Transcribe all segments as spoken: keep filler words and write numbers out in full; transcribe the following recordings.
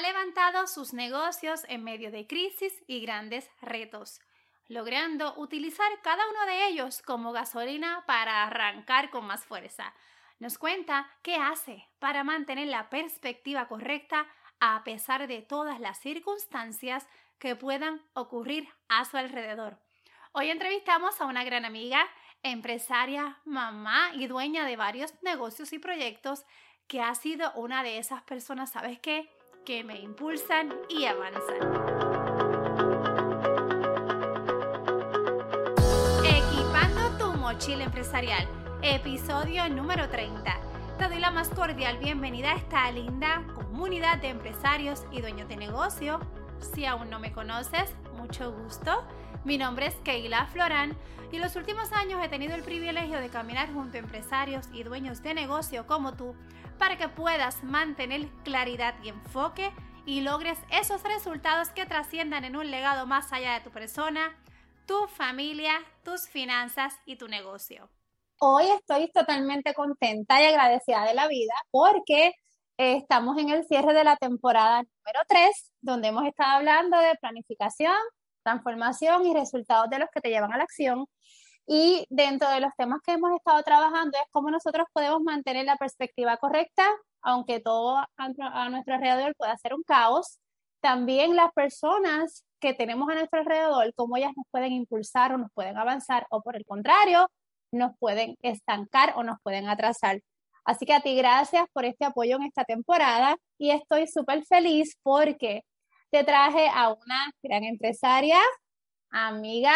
levantado sus negocios en medio de crisis y grandes retos, logrando utilizar cada uno de ellos como gasolina para arrancar con más fuerza. Nos cuenta qué hace para mantener la perspectiva correcta a pesar de todas las circunstancias que puedan ocurrir a su alrededor. Hoy entrevistamos a una gran amiga, empresaria, mamá y dueña de varios negocios y proyectos, que ha sido una de esas personas, ¿sabes qué?, que me impulsan y avanzan. Equipando tu mochila empresarial, episodio número treinta. Te doy la más cordial bienvenida a esta linda comunidad de empresarios y dueños de negocio. Si aún no me conoces, mucho gusto. Mi nombre es Keila Florán y en los últimos años he tenido el privilegio de caminar junto a empresarios y dueños de negocio como tú para que puedas mantener claridad y enfoque y logres esos resultados que trasciendan en un legado más allá de tu persona, tu familia, tus finanzas y tu negocio. Hoy estoy totalmente contenta y agradecida de la vida porque eh, estamos en el cierre de la temporada número tres, donde hemos estado hablando de planificación, transformación y resultados de los que te llevan a la acción. Y dentro de los temas que hemos estado trabajando es cómo nosotros podemos mantener la perspectiva correcta, aunque todo a, a nuestro alrededor pueda ser un caos. También las personas que tenemos a nuestro alrededor, cómo ellas nos pueden impulsar o nos pueden avanzar, o por el contrario, nos pueden estancar o nos pueden atrasar. Así que a ti gracias por este apoyo en esta temporada y estoy súper feliz porque te traje a una gran empresaria, amiga,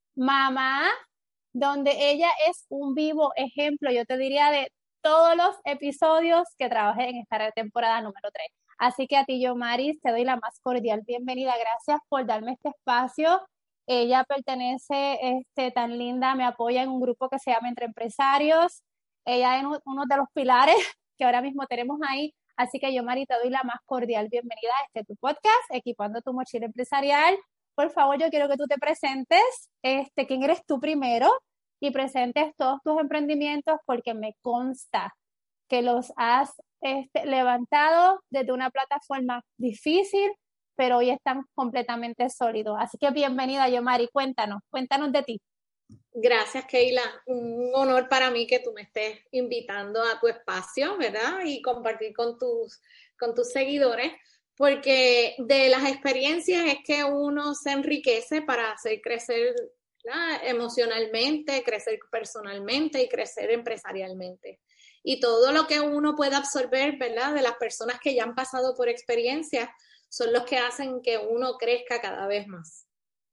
mamá, donde ella es un vivo ejemplo, yo te diría, de todos los episodios que trabajé en esta temporada número tres. Así que a ti, Yomaris, te doy la más cordial bienvenida. Gracias por darme este espacio. Ella pertenece, este, tan linda, me apoya en un grupo que se llama Entre Empresarios. Ella es uno de los pilares que ahora mismo tenemos ahí. Así que, Yomaris, te doy la más cordial bienvenida a este tu podcast, Equipando tu Mochila Empresarial. Por favor, yo quiero que tú te presentes, este, quién eres tú primero, y presentes todos tus emprendimientos, porque me consta que los has este, levantado desde una plataforma difícil, pero hoy están completamente sólidos. Así que bienvenida, Yomari, cuéntanos, cuéntanos de ti. Gracias, Keila. Un honor para mí que tú me estés invitando a tu espacio, ¿verdad? Y compartir con tus, con tus seguidores, porque de las experiencias es que uno se enriquece para hacer crecer, ¿verdad?, emocionalmente, crecer personalmente y crecer empresarialmente. Y todo lo que uno puede absorber, ¿verdad?, de las personas que ya han pasado por experiencias son los que hacen que uno crezca cada vez más.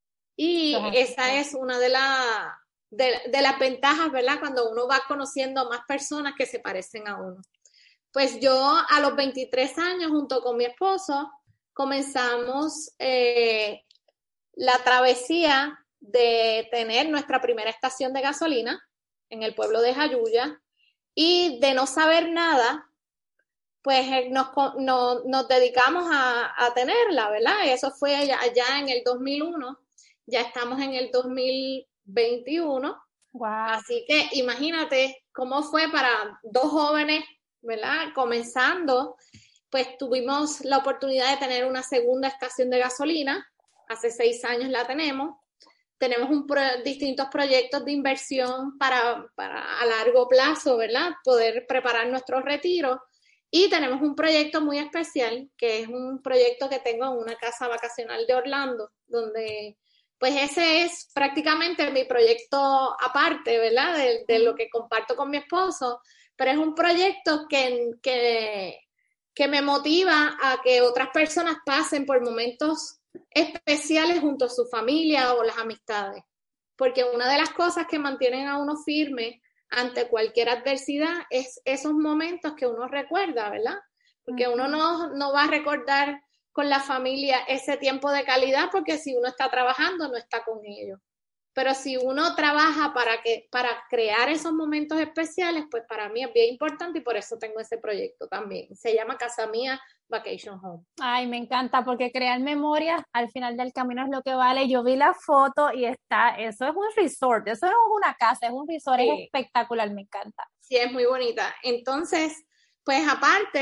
Y esa es una de, la, de, de las ventajas, ¿verdad?, cuando uno va conociendo a más personas que se parecen a uno. Pues yo a los veintitrés años, junto con mi esposo, comenzamos eh, la travesía de tener nuestra primera estación de gasolina en el pueblo de Jayuya, y de no saber nada, pues nos, no, nos dedicamos a, a tenerla, ¿verdad? Eso fue allá, allá en el dos mil uno, ya estamos en el dos mil veintiuno, wow. Así que imagínate cómo fue para dos jóvenes, ¿verdad? Comenzando, pues tuvimos la oportunidad de tener una segunda estación de gasolina, hace seis años la tenemos. Tenemos un pro, distintos proyectos de inversión para, para a largo plazo, ¿verdad?, poder preparar nuestros retiros. Y tenemos un proyecto muy especial, que es un proyecto que tengo en una casa vacacional de Orlando, donde, pues ese es prácticamente mi proyecto aparte, ¿verdad?, de, de lo que comparto con mi esposo, pero es un proyecto que, que, que me motiva a que otras personas pasen por momentos especiales junto a su familia o las amistades, porque una de las cosas que mantienen a uno firme ante cualquier adversidad es esos momentos que uno recuerda, ¿verdad? Porque uno no, no va a recordar con la familia ese tiempo de calidad, porque si uno está trabajando no está con ellos. Pero si uno trabaja para que para crear esos momentos especiales, pues para mí es bien importante y por eso tengo ese proyecto también. Se llama Casa Mía Vacation Home. Ay, me encanta, porque crear memorias al final del camino es lo que vale. Yo vi la foto y está, eso es un resort, eso no es una casa, es un resort, sí. Es espectacular, me encanta. Sí, es muy bonita. Entonces, pues aparte,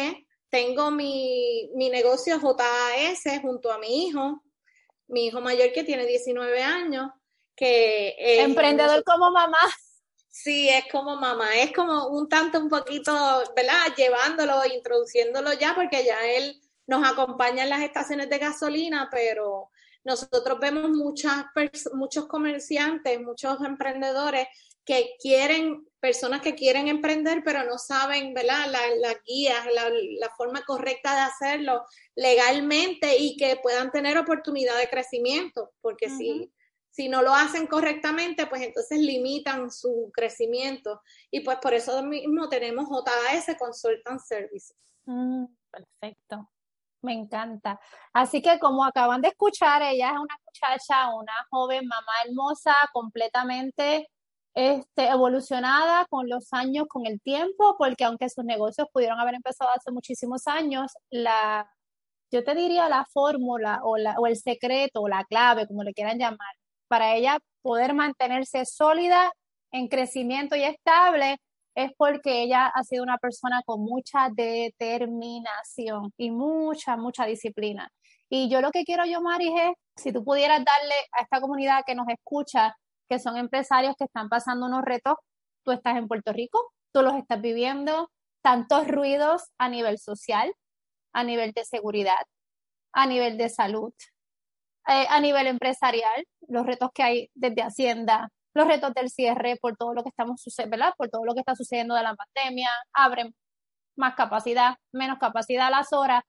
tengo mi, mi negocio J A S junto a mi hijo, mi hijo mayor que tiene diecinueve años, que es emprendedor nosotros, como mamá. sí, es como mamá, es como un tanto, un poquito, ¿verdad? Llevándolo, introduciéndolo ya, porque ya él nos acompaña en las estaciones de gasolina, pero nosotros vemos muchas muchos comerciantes, muchos emprendedores que quieren, personas que quieren emprender, pero no saben, ¿verdad? Las la guías, la, la forma correcta de hacerlo legalmente y que puedan tener oportunidad de crecimiento, porque uh-huh. si Si no lo hacen correctamente, pues entonces limitan su crecimiento. Y pues por eso mismo tenemos J A S Consultant Services. Mm, perfecto. Me encanta. Así que como acaban de escuchar, ella es una muchacha, una joven mamá hermosa, completamente este, evolucionada con los años, con el tiempo, porque aunque sus negocios pudieron haber empezado hace muchísimos años, la, yo te diría la fórmula o, la, o el secreto o la clave, como le quieran llamar, para ella poder mantenerse sólida en crecimiento y estable es porque ella ha sido una persona con mucha determinación y mucha, mucha disciplina. Y yo lo que quiero yo, Maris, es si tú pudieras darle a esta comunidad que nos escucha, que son empresarios que están pasando unos retos, tú estás en Puerto Rico, tú los estás viviendo, tantos ruidos a nivel social, a nivel de seguridad, a nivel de salud, Eh, a nivel empresarial, los retos que hay desde Hacienda, los retos del cierre por todo lo que estamos sucediendo, ¿verdad? Por todo lo que está sucediendo de la pandemia, abren más capacidad, menos capacidad a las horas.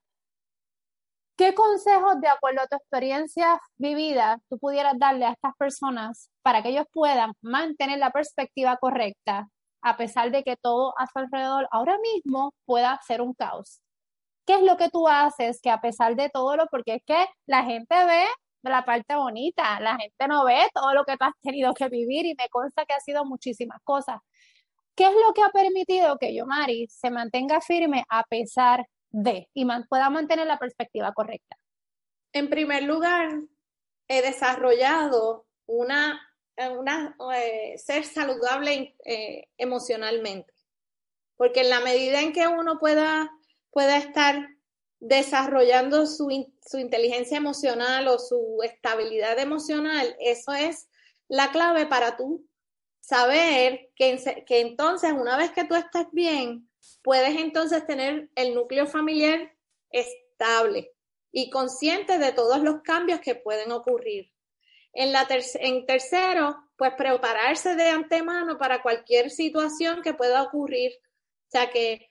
¿Qué consejos, de acuerdo a tu experiencia vivida, tú pudieras darle a estas personas para que ellos puedan mantener la perspectiva correcta, a pesar de que todo a su alrededor ahora mismo pueda ser un caos? ¿Qué es lo que tú haces que a pesar de todo lo, porque es que la gente ve la parte bonita, la gente no ve todo lo que tú has tenido que vivir y me consta que ha sido muchísimas cosas? ¿Qué es lo que ha permitido que yo, Mari, se mantenga firme a pesar de y man, pueda mantener la perspectiva correcta? En primer lugar, he desarrollado una, una eh, ser saludable eh, emocionalmente, porque en la medida en que uno pueda, pueda estar desarrollando su, su inteligencia emocional o su estabilidad emocional, eso es la clave para tú saber que, que entonces una vez que tú estés bien, puedes entonces tener el núcleo familiar estable y consciente de todos los cambios que pueden ocurrir. En, la ter- en tercero, pues prepararse de antemano para cualquier situación que pueda ocurrir. O sea que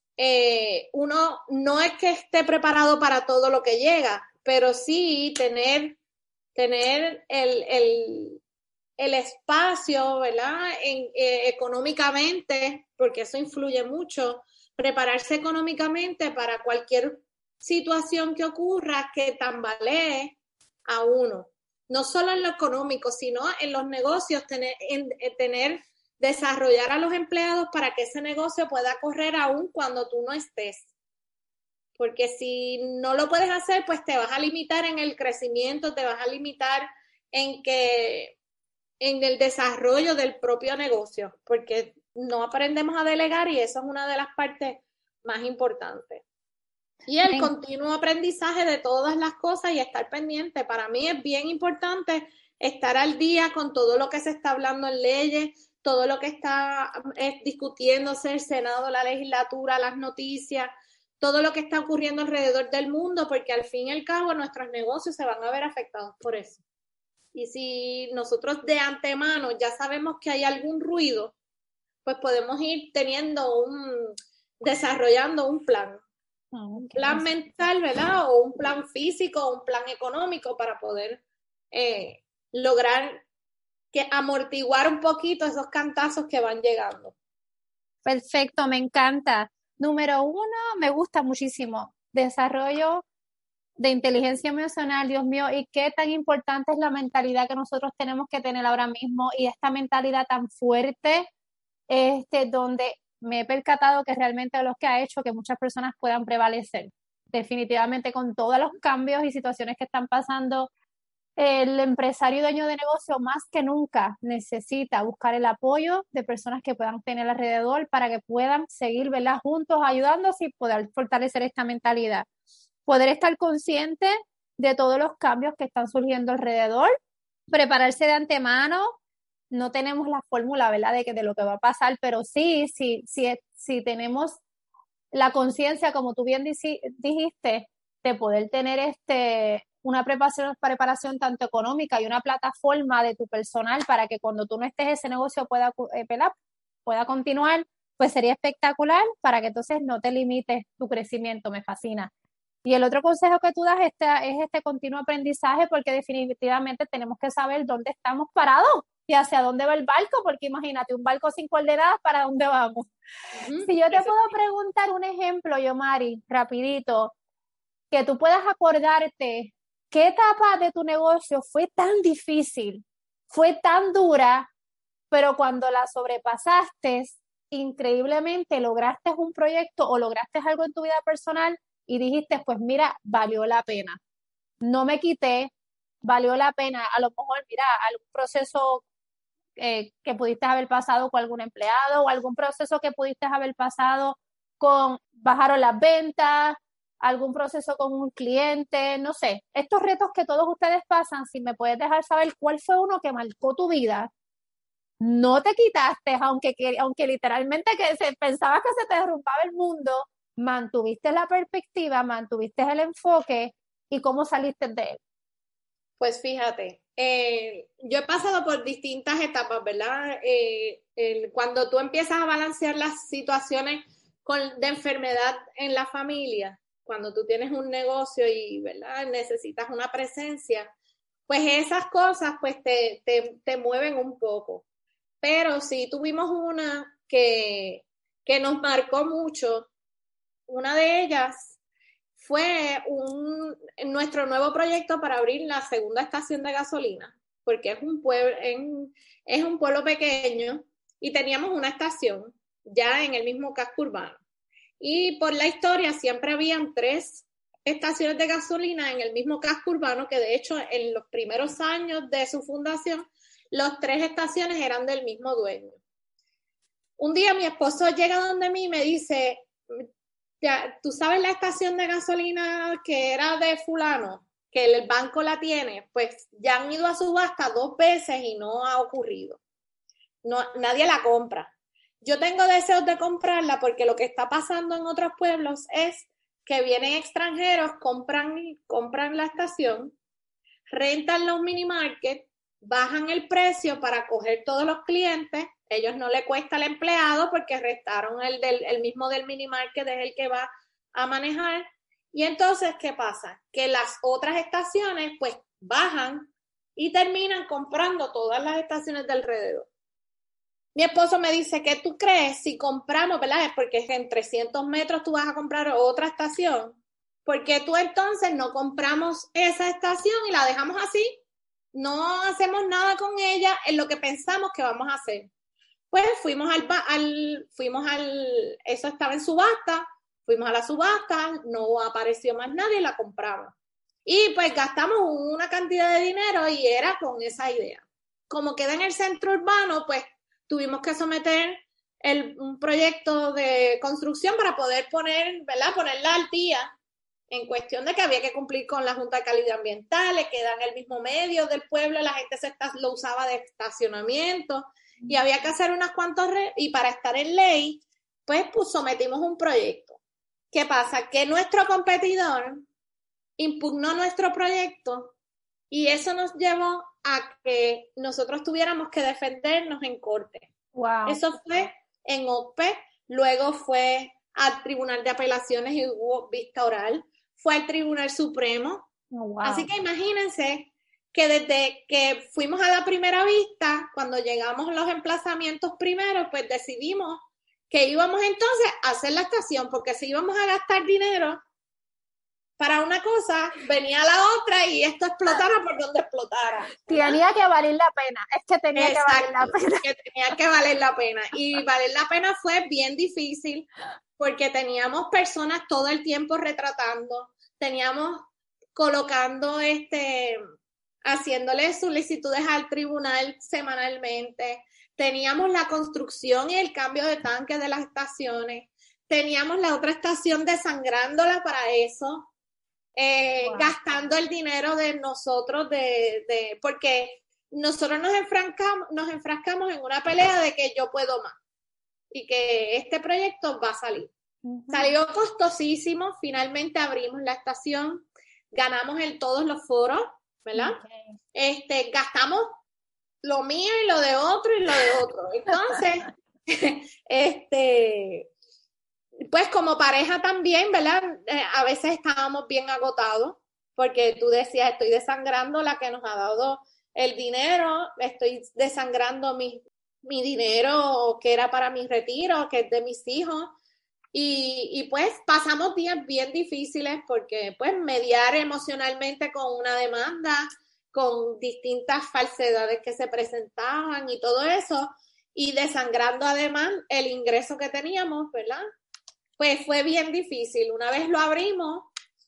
Eh, uno no es que esté preparado para todo lo que llega, pero sí tener, tener el, el, el espacio, ¿verdad? En, eh, económicamente, porque eso influye mucho, prepararse económicamente para cualquier situación que ocurra que tambalee a uno. No solo en lo económico, sino en los negocios, tener, en, en tener desarrollar a los empleados para que ese negocio pueda correr aún cuando tú no estés. Porque si no lo puedes hacer, pues te vas a limitar en el crecimiento, te vas a limitar en que en el desarrollo del propio negocio, porque no aprendemos a delegar y eso es una de las partes más importantes. Y el continuo aprendizaje de todas las cosas y estar pendiente. Para mí es bien importante estar al día con todo lo que se está hablando en leyes, todo lo que está eh, discutiéndose el Senado, la legislatura, las noticias, todo lo que está ocurriendo alrededor del mundo, porque al fin y al cabo nuestros negocios se van a ver afectados por eso. Y si nosotros de antemano ya sabemos que hay algún ruido, pues podemos ir teniendo un, desarrollando un plan. Un plan mental, ¿verdad? O un plan físico, o un plan económico para poder eh, lograr que amortiguar un poquito esos cantazos que van llegando. Perfecto, me encanta. Número uno, me gusta muchísimo. Desarrollo de inteligencia emocional, Dios mío, y qué tan importante es la mentalidad que nosotros tenemos que tener ahora mismo y esta mentalidad tan fuerte, este, donde me he percatado que realmente es lo que ha hecho que muchas personas puedan prevalecer. Definitivamente con todos los cambios y situaciones que están pasando el empresario y dueño de negocio más que nunca necesita buscar el apoyo de personas que puedan tener alrededor para que puedan seguir, ¿verdad?, juntos ayudándose y poder fortalecer esta mentalidad. Poder estar consciente de todos los cambios que están surgiendo alrededor, prepararse de antemano. No tenemos la fórmula, ¿verdad?, de, que, de lo que va a pasar, pero sí, sí, sí, sí tenemos la conciencia, como tú bien dijiste, de poder tener este una preparación, preparación tanto económica y una plataforma de tu personal para que cuando tú no estés ese negocio pueda, eh, pueda continuar, pues sería espectacular para que entonces no te limites tu crecimiento. Me fascina. Y el otro consejo que tú das este, es este continuo aprendizaje, porque definitivamente tenemos que saber dónde estamos parados y hacia dónde va el barco, porque imagínate, un barco sin coordenadas, ¿para dónde vamos? Uh-huh. Si yo te Eso puedo sí. preguntar un ejemplo, Yomari, rapidito, que tú puedas acordarte, ¿qué etapa de tu negocio fue tan difícil, fue tan dura, pero cuando la sobrepasaste, increíblemente lograste un proyecto o lograste algo en tu vida personal y dijiste, pues mira, valió la pena, no me quité, valió la pena? A lo mejor, mira, algún proceso eh, que pudiste haber pasado con algún empleado o algún proceso que pudiste haber pasado con, bajaron las ventas, algún proceso con un cliente, no sé, estos retos que todos ustedes pasan, si me puedes dejar saber cuál fue uno que marcó tu vida, no te quitaste, aunque, aunque literalmente que se, pensabas que se te derrumbaba el mundo, mantuviste la perspectiva, mantuviste el enfoque, y cómo saliste de él. Pues fíjate, eh, yo he pasado por distintas etapas, ¿verdad? Eh, el, cuando tú empiezas a balancear las situaciones con, de enfermedad en la familia, cuando tú tienes un negocio y, ¿verdad?, necesitas una presencia, pues esas cosas pues te, te, te mueven un poco. Pero sí tuvimos una que, que nos marcó mucho. Una de ellas fue un, nuestro nuevo proyecto para abrir la segunda estación de gasolina, porque es un pueblo, en, es un pueblo pequeño y teníamos una estación ya en el mismo casco urbano. Y por la historia siempre habían tres estaciones de gasolina en el mismo casco urbano, que de hecho en los primeros años de su fundación, las tres estaciones eran del mismo dueño. Un día mi esposo llega donde mí y me dice, ya, ¿tú sabes la estación de gasolina que era de fulano? Que el banco la tiene. Pues ya han ido a subasta dos veces y no ha ocurrido. No, nadie la compra. Yo tengo deseos de comprarla porque lo que está pasando en otros pueblos es que vienen extranjeros, compran, compran la estación, rentan los mini markets, bajan el precio para coger todos los clientes. Ellos no le cuesta al empleado porque restaron el, del, el mismo del mini market, es el que va a manejar. Y entonces, ¿qué pasa? Que las otras estaciones pues bajan y terminan comprando todas las estaciones de alrededor. Mi esposo me dice, ¿qué tú crees si compramos, verdad? Es porque en trescientos metros tú vas a comprar otra estación. ¿Por qué tú entonces no compramos esa estación y la dejamos así? No hacemos nada con ella en lo que pensamos que vamos a hacer. Pues fuimos al, al, fuimos al, eso estaba en subasta, fuimos a la subasta, no apareció más nadie, la compramos. Y pues gastamos una cantidad de dinero y era con esa idea. Como queda en el centro urbano, pues tuvimos que someter el, un proyecto de construcción para poder poner, ¿verdad? Ponerla al día, en cuestión de que había que cumplir con la Junta de Calidad Ambiental, le queda en el mismo medio del pueblo, la gente se está, lo usaba de estacionamiento y había que hacer unas cuantas, re- y para estar en ley, pues, pues sometimos un proyecto. ¿Qué pasa? Que nuestro competidor impugnó nuestro proyecto y eso nos llevó a que nosotros tuviéramos que defendernos en corte. Wow. Eso fue en O C P E, luego fue al Tribunal de Apelaciones y hubo vista oral, fue al Tribunal Supremo. Oh, wow. Así que imagínense que desde que fuimos a la primera vista, cuando llegamos a los emplazamientos primeros, pues decidimos que íbamos entonces a hacer la estación, porque si íbamos a gastar dinero para una cosa, venía la otra y esto explotara por donde explotara. Tenía que valer la pena, es que tenía Exacto, que valer la pena. que tenía que valer la pena. Y valer la pena fue bien difícil porque teníamos personas todo el tiempo retratando, teníamos colocando este haciéndole solicitudes al tribunal semanalmente. Teníamos la construcción y el cambio de tanques de las estaciones. Teníamos la otra estación desangrándola para eso. Eh, wow. Gastando el dinero de nosotros, de, de porque nosotros nos enfrascamos, nos enfrascamos en una pelea de que yo puedo más y que este proyecto va a salir. Uh-huh. Salió costosísimo, finalmente abrimos la estación, ganamos en todos los foros, ¿verdad? Okay. Este, gastamos lo mío y lo de otro y lo de otro. Entonces, este... pues como pareja también, ¿verdad? Eh, a veces estábamos bien agotados, porque tú decías, estoy desangrando la que nos ha dado el dinero, estoy desangrando mi, mi dinero que era para mi retiro, que es de mis hijos, y, y pues pasamos días bien difíciles porque pues mediar emocionalmente con una demanda, con distintas falsedades que se presentaban y todo eso, y desangrando además el ingreso que teníamos, ¿verdad? Pues fue bien difícil. Una vez lo abrimos,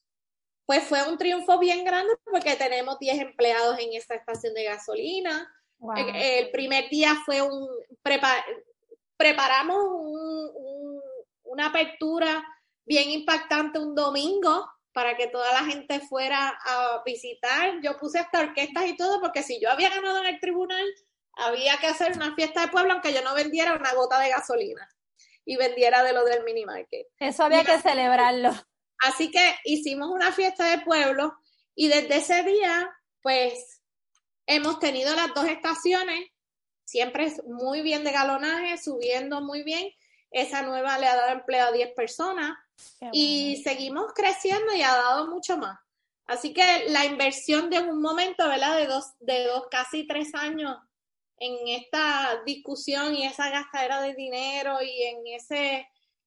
pues fue un triunfo bien grande porque tenemos diez empleados en esa estación de gasolina. Wow. El, el primer día fue un... Prepa, preparamos un, un, una apertura bien impactante un domingo para que toda la gente fuera a visitar. Yo puse hasta orquestas y todo porque si yo había ganado en el tribunal, había que hacer una fiesta de pueblo aunque yo no vendiera una gota de gasolina y vendiera de lo del mini market. Eso había y que así, celebrarlo. Así que hicimos una fiesta de pueblo y desde ese día, pues, hemos tenido las dos estaciones, siempre muy bien de galonaje, subiendo muy bien. Esa nueva le ha dado empleo a diez personas bueno. Y seguimos creciendo y ha dado mucho más. Así que la inversión de un momento, ¿verdad? De dos, de dos casi tres años en esta discusión y esa gastadera de dinero y en ese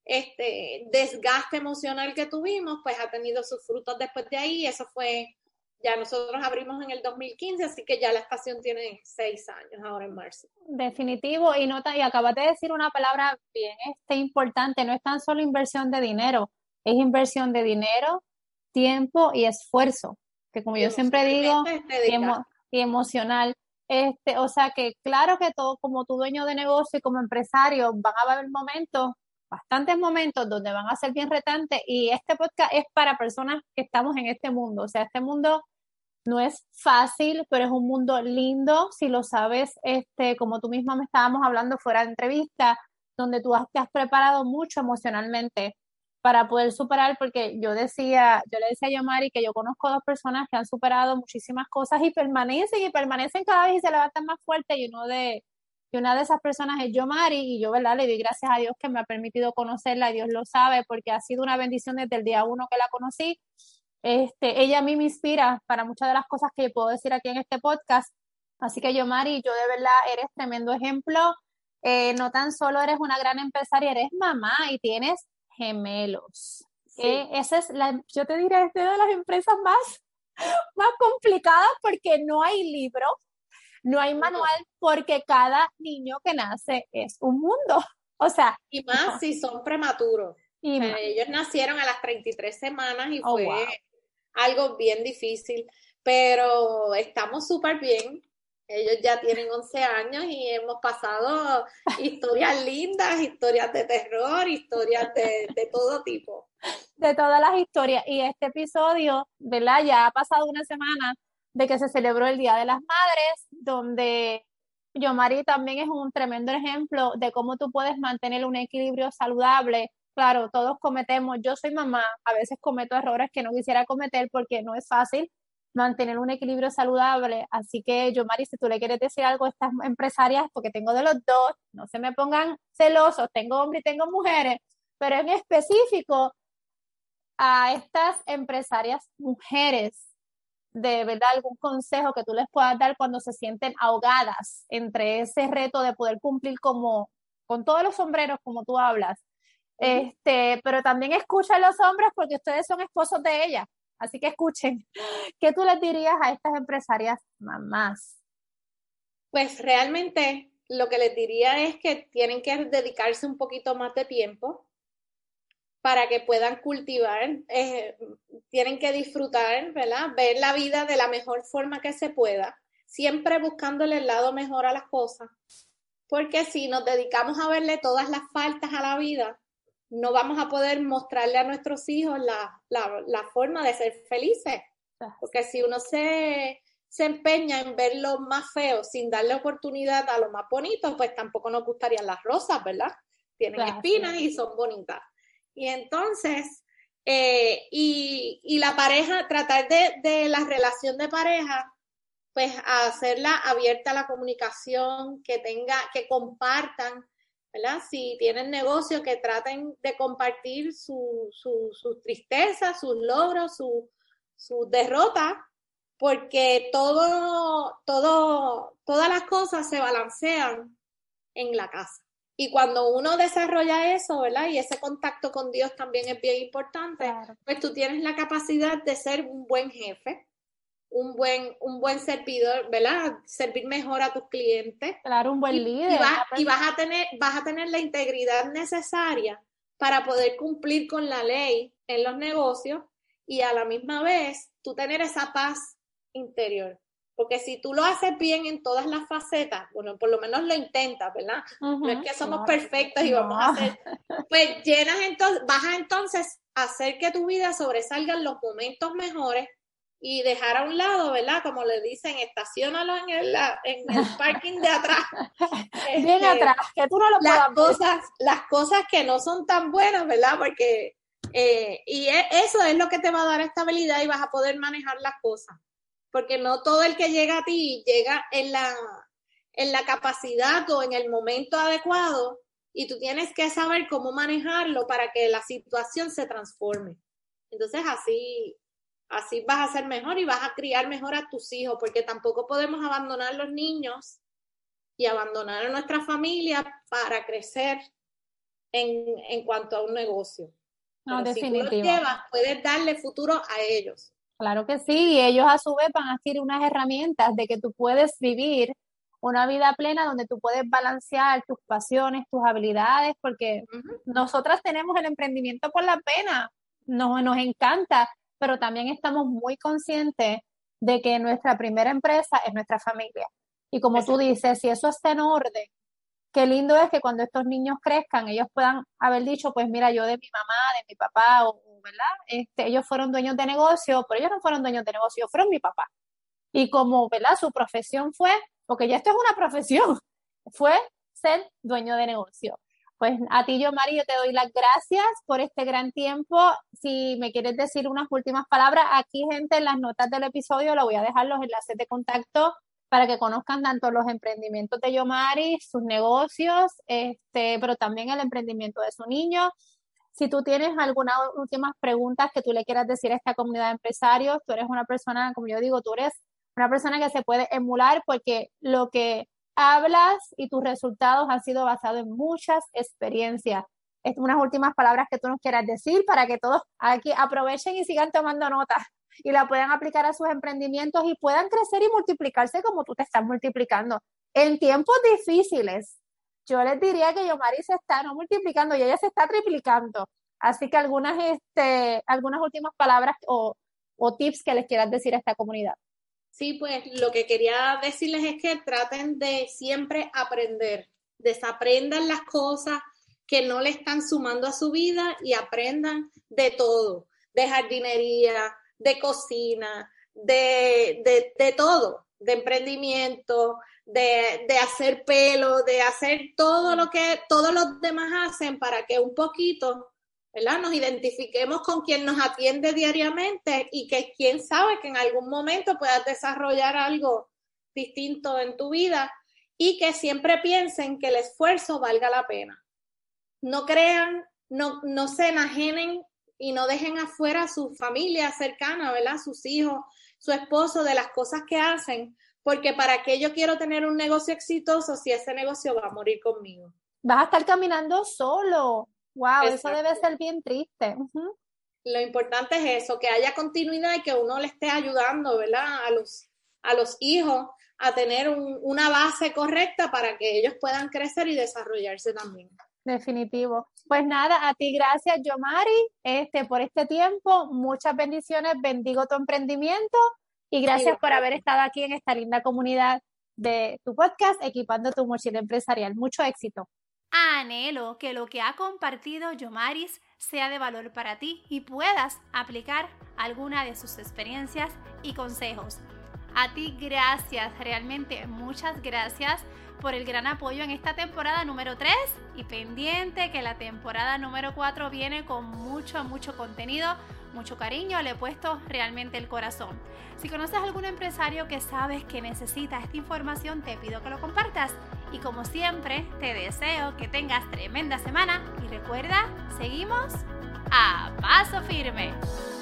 este, desgaste emocional que tuvimos, pues ha tenido sus frutos después de ahí. Eso fue, ya nosotros abrimos en el dos mil quince, así que ya la estación tiene seis años ahora en marzo. Definitivo, y, nota, y acabas de decir una palabra bien este, importante, no es tan solo inversión de dinero, es inversión de dinero, tiempo y esfuerzo, que como y yo siempre digo, y, emo, y emocional. Este, o sea que claro que todo, como tu dueño de negocio y como empresario, van a haber momentos, bastantes momentos donde van a ser bien retantes, y este podcast es para personas que estamos en este mundo. O sea, este mundo no es fácil, pero es un mundo lindo si lo sabes, este, como tú misma me estábamos hablando fuera de entrevista, donde tú has, te has preparado mucho emocionalmente para poder superar, porque yo decía, yo le decía a Yomari que yo conozco dos personas que han superado muchísimas cosas y permanecen y permanecen cada vez y se levantan más fuerte, y uno de, y una de esas personas es Yomari, y yo, ¿verdad? Le doy gracias a Dios que me ha permitido conocerla, y Dios lo sabe, porque ha sido una bendición desde el día uno que la conocí. Este, ella a mí me inspira para muchas de las cosas que puedo decir aquí en este podcast, así que Yomari, yo de verdad eres tremendo ejemplo, eh, no tan solo eres una gran empresaria, eres mamá y tienes gemelos. Sí. Eh, esa es la, yo te diré, es de las empresas más, más complicadas porque no hay libro, no hay manual, porque cada niño que nace es un mundo. O sea, y más no. si son prematuros. Y o sea, ellos nacieron a las treinta y tres semanas y oh, fue wow. algo bien difícil, pero estamos súper bien. Ellos ya tienen once años y hemos pasado historias lindas, historias de terror, historias de, de todo tipo. De todas las historias. Y este episodio, ¿verdad? Ya ha pasado una semana de que se celebró el Día de las Madres, donde Yomari también es un tremendo ejemplo de cómo tú puedes mantener un equilibrio saludable. Claro, todos cometemos, yo soy mamá, a veces cometo errores que no quisiera cometer porque no es fácil mantener un equilibrio saludable, así que Yomari, si tú le quieres decir algo a estas empresarias, porque tengo de los dos, no se me pongan celosos, tengo hombres y tengo mujeres, pero en específico a estas empresarias mujeres, de verdad, algún consejo que tú les puedas dar cuando se sienten ahogadas entre ese reto de poder cumplir como con todos los sombreros como tú hablas, uh-huh. este, pero también escuchen los hombres porque ustedes son esposos de ellas. Así que escuchen, ¿qué tú les dirías a estas empresarias mamás? Pues realmente lo que les diría es que tienen que dedicarse un poquito más de tiempo, para que puedan cultivar, eh, tienen que disfrutar, ¿verdad? Ver la vida de la mejor forma que se pueda, siempre buscándole el lado mejor a las cosas, porque si nos dedicamos a verle todas las faltas a la vida, no vamos a poder mostrarle a nuestros hijos la, la, la forma de ser felices, porque si uno se, se empeña en ver lo más feo sin darle oportunidad a lo más bonito, pues tampoco nos gustarían las rosas, ¿verdad? Tienen claro, espinas y son bonitas. Y entonces, eh, y, y la pareja, tratar de, de la relación de pareja, pues hacerla abierta a la comunicación, que tenga, que compartan, ¿verdad? Si tienen negocio, que traten de compartir su, su, sus tristezas, sus logros, sus su derrotas, porque todo, todo, todas las cosas se balancean en la casa. Y cuando uno desarrolla eso, ¿verdad? Y ese contacto con Dios también es bien importante, claro. Pues tú tienes la capacidad de ser un buen jefe, un buen, un buen servidor, ¿verdad? Servir mejor a tus clientes. Claro, un buen y, líder. Y, vas, y vas a tener, vas a tener la integridad necesaria para poder cumplir con la ley en los negocios y a la misma vez tú tener esa paz interior. Porque si tú lo haces bien en todas las facetas, bueno, por lo menos lo intentas, ¿verdad? Uh-huh, no es que somos claro, perfectos y no. Vamos a hacer, pues llenas entonces, vas a entonces hacer que tu vida sobresalga en los momentos mejores y dejar a un lado, ¿verdad? Como le dicen, estaciónalo en el, en el parking de atrás. Bien este, atrás, que tú no lo las puedas cosas, ver. Las cosas que no son tan buenas, ¿verdad? Porque, eh, y eso es lo que te va a dar estabilidad y vas a poder manejar las cosas. Porque no todo el que llega a ti llega en la, en la capacidad o en el momento adecuado y tú tienes que saber cómo manejarlo para que la situación se transforme. Entonces así, así vas a ser mejor y vas a criar mejor a tus hijos, porque tampoco podemos abandonar a los niños y abandonar a nuestra familia para crecer en, en cuanto a un negocio. No, Pero si tú los llevas, puedes darle futuro a ellos. Claro que sí, y ellos a su vez van a adquirir unas herramientas de que tú puedes vivir una vida plena donde tú puedes balancear tus pasiones, tus habilidades, porque uh-huh. Nosotras tenemos el emprendimiento por la pena, nos, nos encanta, pero también estamos muy conscientes de que nuestra primera empresa es nuestra familia. Y como Exacto. Tú dices, si eso está en orden, qué lindo es que cuando estos niños crezcan, ellos puedan haber dicho, pues mira, yo de mi mamá, de mi papá, o, ¿verdad? Este, ellos fueron dueños de negocio, pero ellos no fueron dueños de negocio, fueron mi papá. Y como, ¿verdad? Su profesión fue, porque ya esto es una profesión, fue ser dueño de negocio. Pues a ti, Yomari, yo te doy las gracias por este gran tiempo. Si me quieres decir unas últimas palabras, aquí, gente, en las notas del episodio le voy a dejar los enlaces de contacto para que conozcan tanto los emprendimientos de Yomari, sus negocios, este, pero también el emprendimiento de su niño. Si tú tienes algunas últimas preguntas que tú le quieras decir a esta comunidad de empresarios, tú eres una persona, como yo digo, tú eres una persona que se puede emular porque lo que hablas y tus resultados han sido basados en muchas experiencias. Es unas últimas palabras que tú nos quieras decir para que todos aquí aprovechen y sigan tomando notas y la puedan aplicar a sus emprendimientos y puedan crecer y multiplicarse como tú te estás multiplicando. En tiempos difíciles, yo les diría que Yomari se está no multiplicando y ella se está triplicando. Así que algunas, este, algunas últimas palabras o, o tips que les quieras decir a esta comunidad. Sí, pues lo que quería decirles es que traten de siempre aprender, desaprendan las cosas que no le están sumando a su vida y aprendan de todo, de jardinería, de cocina, de, de, de todo, de emprendimiento, de, de hacer pelo, de hacer todo lo que todos los demás hacen para que un poquito, ¿verdad? Nos identifiquemos con quien nos atiende diariamente y que quién sabe que en algún momento puedas desarrollar algo distinto en tu vida y que siempre piensen que el esfuerzo valga la pena. No crean, no, no se enajenen y no dejen afuera a su familia cercana, ¿verdad? Sus hijos, su esposo, de las cosas que hacen, porque ¿para qué yo quiero tener un negocio exitoso si ese negocio va a morir conmigo? Vas a estar caminando solo. Wow, Exacto. Eso debe ser bien triste. Uh-huh. Lo importante es eso, que haya continuidad y que uno le esté ayudando, ¿verdad? A los, a los hijos a tener un, una base correcta para que ellos puedan crecer y desarrollarse también. Definitivo. Pues nada, a ti gracias, Yomari, este, por este tiempo. Muchas bendiciones, bendigo tu emprendimiento y gracias sí, por haber estado aquí en esta linda comunidad de tu podcast, Equipando tu Mochila Empresarial. Mucho éxito. Anhelo que lo que ha compartido Yomaris sea de valor para ti y puedas aplicar alguna de sus experiencias y consejos. A ti gracias, realmente muchas gracias por el gran apoyo en esta temporada número tres y pendiente que la temporada número cuatro viene con mucho, mucho contenido, mucho cariño, le he puesto realmente el corazón. Si conoces a algún empresario que sabes que necesita esta información, te pido que lo compartas. Y como siempre, te deseo que tengas tremenda semana y recuerda, seguimos a paso firme.